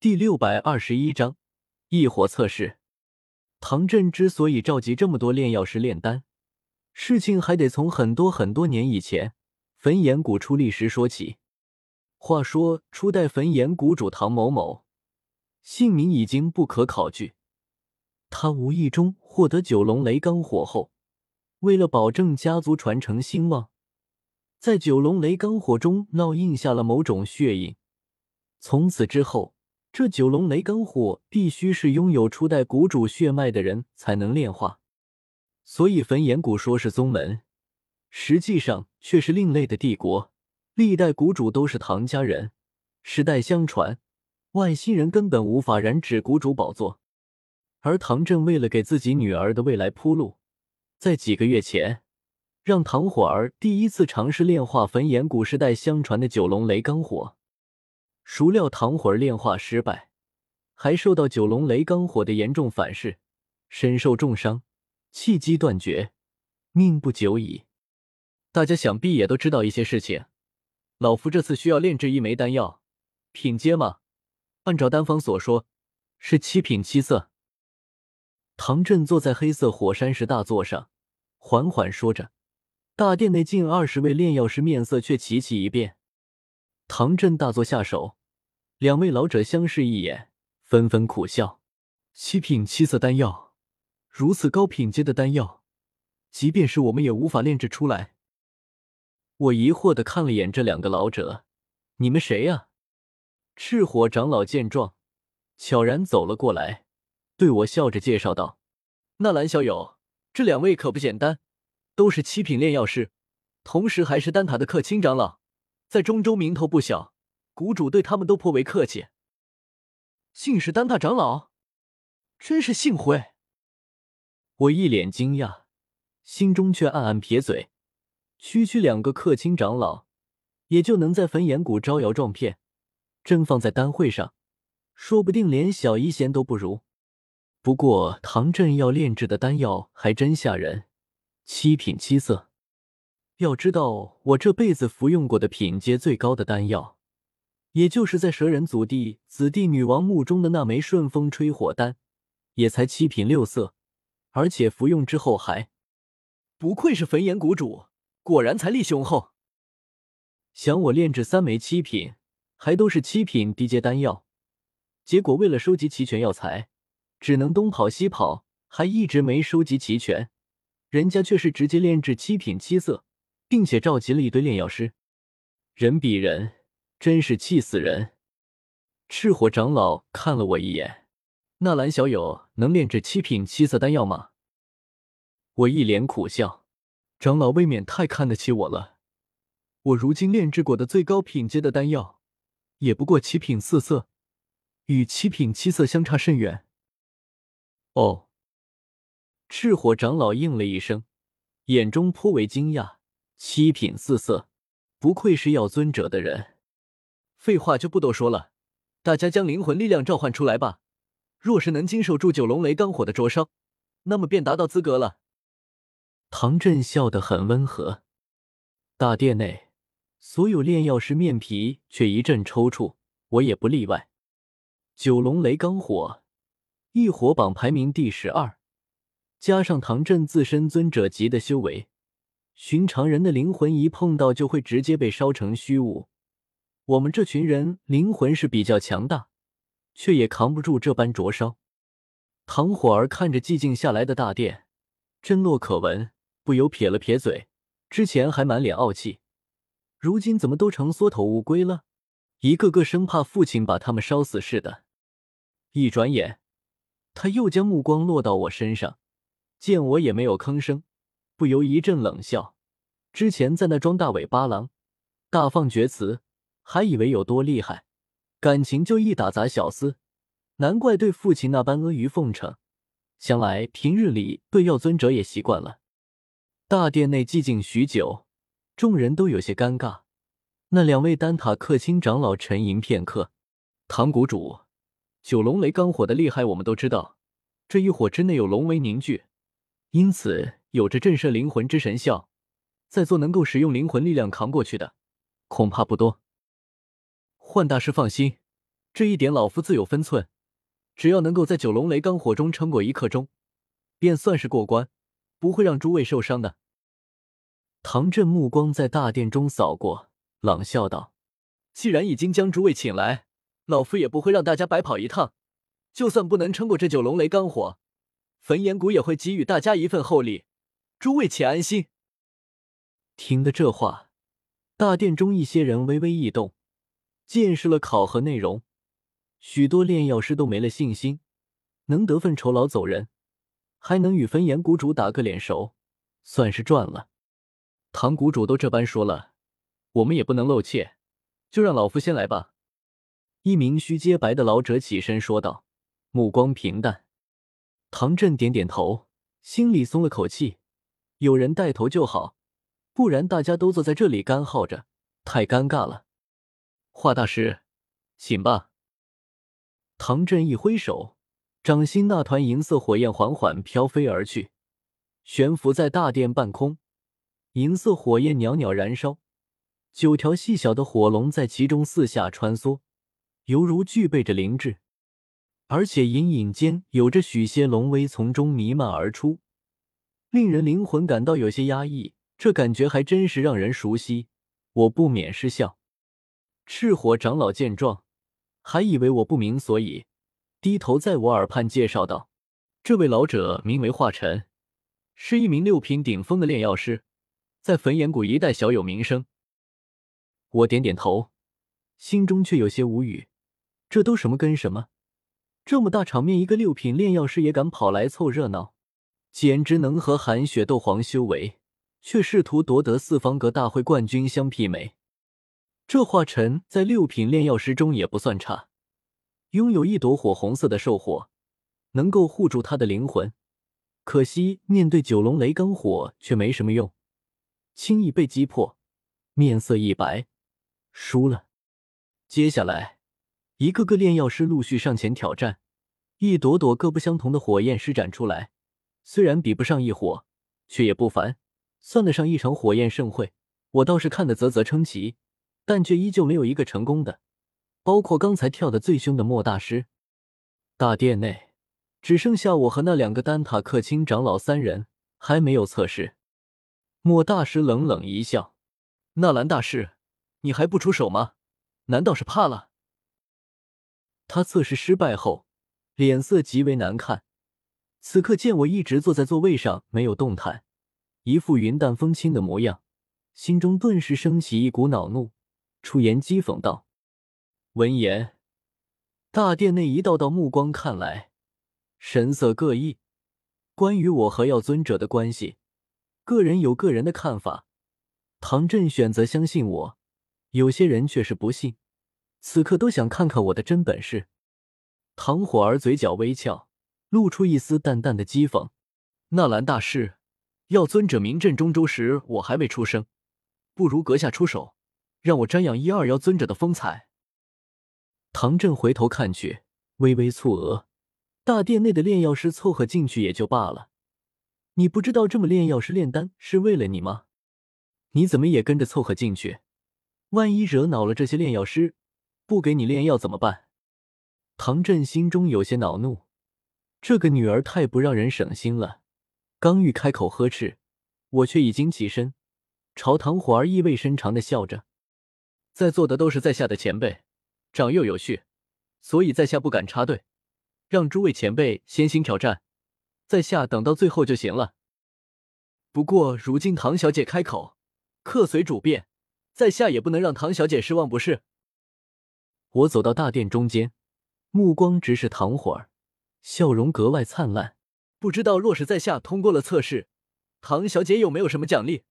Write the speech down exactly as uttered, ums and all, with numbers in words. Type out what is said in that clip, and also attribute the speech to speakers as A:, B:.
A: 第六百二十一章异火测试。唐振之所以召集这么多炼药师炼丹，事情还得从很多很多年以前焚炎谷出力时说起。话说初代焚炎谷主唐某某，姓名已经不可考据。他无意中获得九龙雷罡火后，为了保证家族传承兴旺，在九龙雷罡火中烙印下了某种血印。从此之后，这九龙雷罡火必须是拥有初代谷主血脉的人才能炼化，所以焚炎谷说是宗门，实际上却是另类的帝国，历代谷主都是唐家人，世代相传，外星人根本无法染指谷主宝座。而唐振为了给自己女儿的未来铺路，在几个月前让唐火儿第一次尝试炼化焚炎谷世代相传的九龙雷罡火。孰料唐火儿炼化失败，还受到九龙雷罡火的严重反噬，身受重伤，气机断绝，命不久矣。大家想必也都知道一些事情，老夫这次需要炼制一枚丹药，品阶嘛，按照丹方所说，是七品七色。唐振坐在黑色火山石大座上，缓缓说着，大殿内近二十位炼药师面色却齐齐一变。唐振大作下手，两位老者相视一眼，纷纷苦笑。七品七色丹药，如此高品阶的丹药，即便是我们也无法炼制出来。我疑惑地看了眼这两个老者，你们谁呀？赤火长老见状，悄然走了过来，对我笑着介绍道：纳兰小友，这两位可不简单，都是七品炼药师，同时还是丹塔的客卿长老，在中州名头不小，谷主对他们都颇为客气。竟是丹塔长老，真是幸会。我一脸惊讶，心中却暗暗撇嘴，区区两个客卿长老，也就能在焚炎谷招摇撞骗，真放在丹会上，说不定连小医仙都不如。不过唐振要炼制的丹药还真吓人，七品七色。要知道我这辈子服用过的品阶最高的丹药，也就是在蛇人祖地紫帝女王墓中的那枚顺风吹火丹，也才七品六色，而且服用之后还……不愧是焚炎谷主，果然财力雄厚。想我炼制三枚七品，还都是七品低阶丹药，结果为了收集齐全药材，只能东跑西跑，还一直没收集齐全，人家却是直接炼制七品七色，并且召集了一堆炼药师，人比人，真是气死人。赤火长老看了我一眼，纳兰小友能炼制七品七色丹药吗？我一脸苦笑，长老未免太看得起我了，我如今炼制过的最高品阶的丹药，也不过七品四色，与七品七色相差甚远。哦，赤火长老应了一声，眼中颇为惊讶，七品四色，不愧是药尊者的人。废话就不多说了，大家将灵魂力量召唤出来吧，若是能经受住九龙雷罡火的灼烧，那么便达到资格了。唐振笑得很温和。大殿内所有炼药师面皮却一阵抽搐，我也不例外。九龙雷罡火异火榜排名第十二，加上唐振自身尊者级的修为，寻常人的灵魂一碰到就会直接被烧成虚无。我们这群人灵魂是比较强大，却也扛不住这般灼烧。唐火儿看着寂静下来的大殿，真落可闻，不由撇了撇嘴，之前还满脸傲气，如今怎么都成缩头乌龟了，一个个生怕父亲把他们烧死似的。一转眼，他又将目光落到我身上，见我也没有吭声，不由一阵冷笑。之前在那装大尾巴狼，大放厥词，还以为有多厉害，感情就一打杂小厮，难怪对父亲那般阿谀奉承，想来平日里对药尊者也习惯了。大殿内寂静许久，众人都有些尴尬。那两位丹塔客卿长老沉吟片刻，唐谷主，九龙雷罡火的厉害我们都知道，这一火之内有龙威凝聚，因此有着震慑灵魂之神效，在座能够使用灵魂力量扛过去的，恐怕不多。幻大师放心， 这一点老夫自有分寸，只要能够在九龙雷罡火中撑过一刻钟，便算是过关，不会让诸位受伤的。唐振目光在大殿中扫过，冷笑道：既然已经将诸位请来，老夫也不会让大家白跑一趟，就算不能撑过这九龙雷罡火，焚炎谷也会给予大家一份厚礼，诸位且安心。听得这话，大殿中一些人微微一动，见识了考核内容，许多炼药师都没了信心，能得份酬劳走人，还能与焚炎谷主打个脸熟，算是赚了。唐谷主都这般说了，我们也不能露怯，就让老夫先来吧。一名须洁白的老者起身说道，目光平淡。唐振点点头，心里松了口气，有人带头就好，不然大家都坐在这里干耗着，太尴尬了。华大师，请吧。唐振一挥手，掌心那团银色火焰缓缓飘飞而去，悬浮在大殿半空，银色火焰袅袅燃烧，九条细小的火龙在其中四下穿梭，犹如具备着灵智，而且隐隐间有着许些龙威从中弥漫而出，令人灵魂感到有些压抑，这感觉还真是让人熟悉，我不免失笑。赤火长老见状，还以为我不明所以，低头在我耳畔介绍道：这位老者名为华晨，是一名六品顶峰的炼药师，在焚炎谷一带小有名声。我点点头，心中却有些无语，这都什么跟什么？这么大场面，一个六品炼药师也敢跑来凑热闹，简直能和寒血斗皇修为却试图夺得四方阁大会冠军相媲美。这华晨在六品炼药师中也不算差，拥有一朵火红色的兽火，能够护住他的灵魂。可惜面对九龙雷罡火却没什么用，轻易被击破，面色一白，输了。接下来一个个炼药师陆续上前挑战，一朵朵各不相同的火焰施展出来，虽然比不上一火，却也不凡，算得上一场火焰盛会。我倒是看得啧啧称奇，但却依旧没有一个成功的，包括刚才跳得最凶的莫大师。大殿内只剩下我和那两个丹塔克钦长老三人，还没有测试。莫大师冷冷一笑：纳兰大师，你还不出手吗？难道是怕了？他测试失败后，脸色极为难看，此刻见我一直坐在座位上没有动弹，一副云淡风轻的模样，心中顿时升起一股恼怒，出言讥讽道。闻言，大殿内一道道目光看来，神色各异。关于我和药尊者的关系，个人有个人的看法。唐振选择相信我，有些人却是不信，此刻都想看看我的真本事。唐火儿嘴角微翘，露出一丝淡淡的讥讽：纳兰大师，药尊者名震中州时我还未出生，不如阁下出手，让我瞻仰一二药尊者的风采。唐振回头看去，微微蹙额，大殿内的炼药师凑合进去也就罢了，你不知道这么炼药师炼丹是为了你吗？你怎么也跟着凑合进去？万一惹恼了这些炼药师，不给你炼药怎么办？唐振心中有些恼怒，这个女儿太不让人省心了。刚欲开口呵斥，我却已经起身，朝唐火儿意味深长地笑着：在座的都是在下的前辈，长幼有序，所以在下不敢插队，让诸位前辈先行挑战，在下等到最后就行了。不过如今唐小姐开口，客随主便，在下也不能让唐小姐失望不是。我走到大殿中间，目光直视唐火儿，笑容格外灿烂。不知道若是在下通过了测试，唐小姐有没有什么奖励？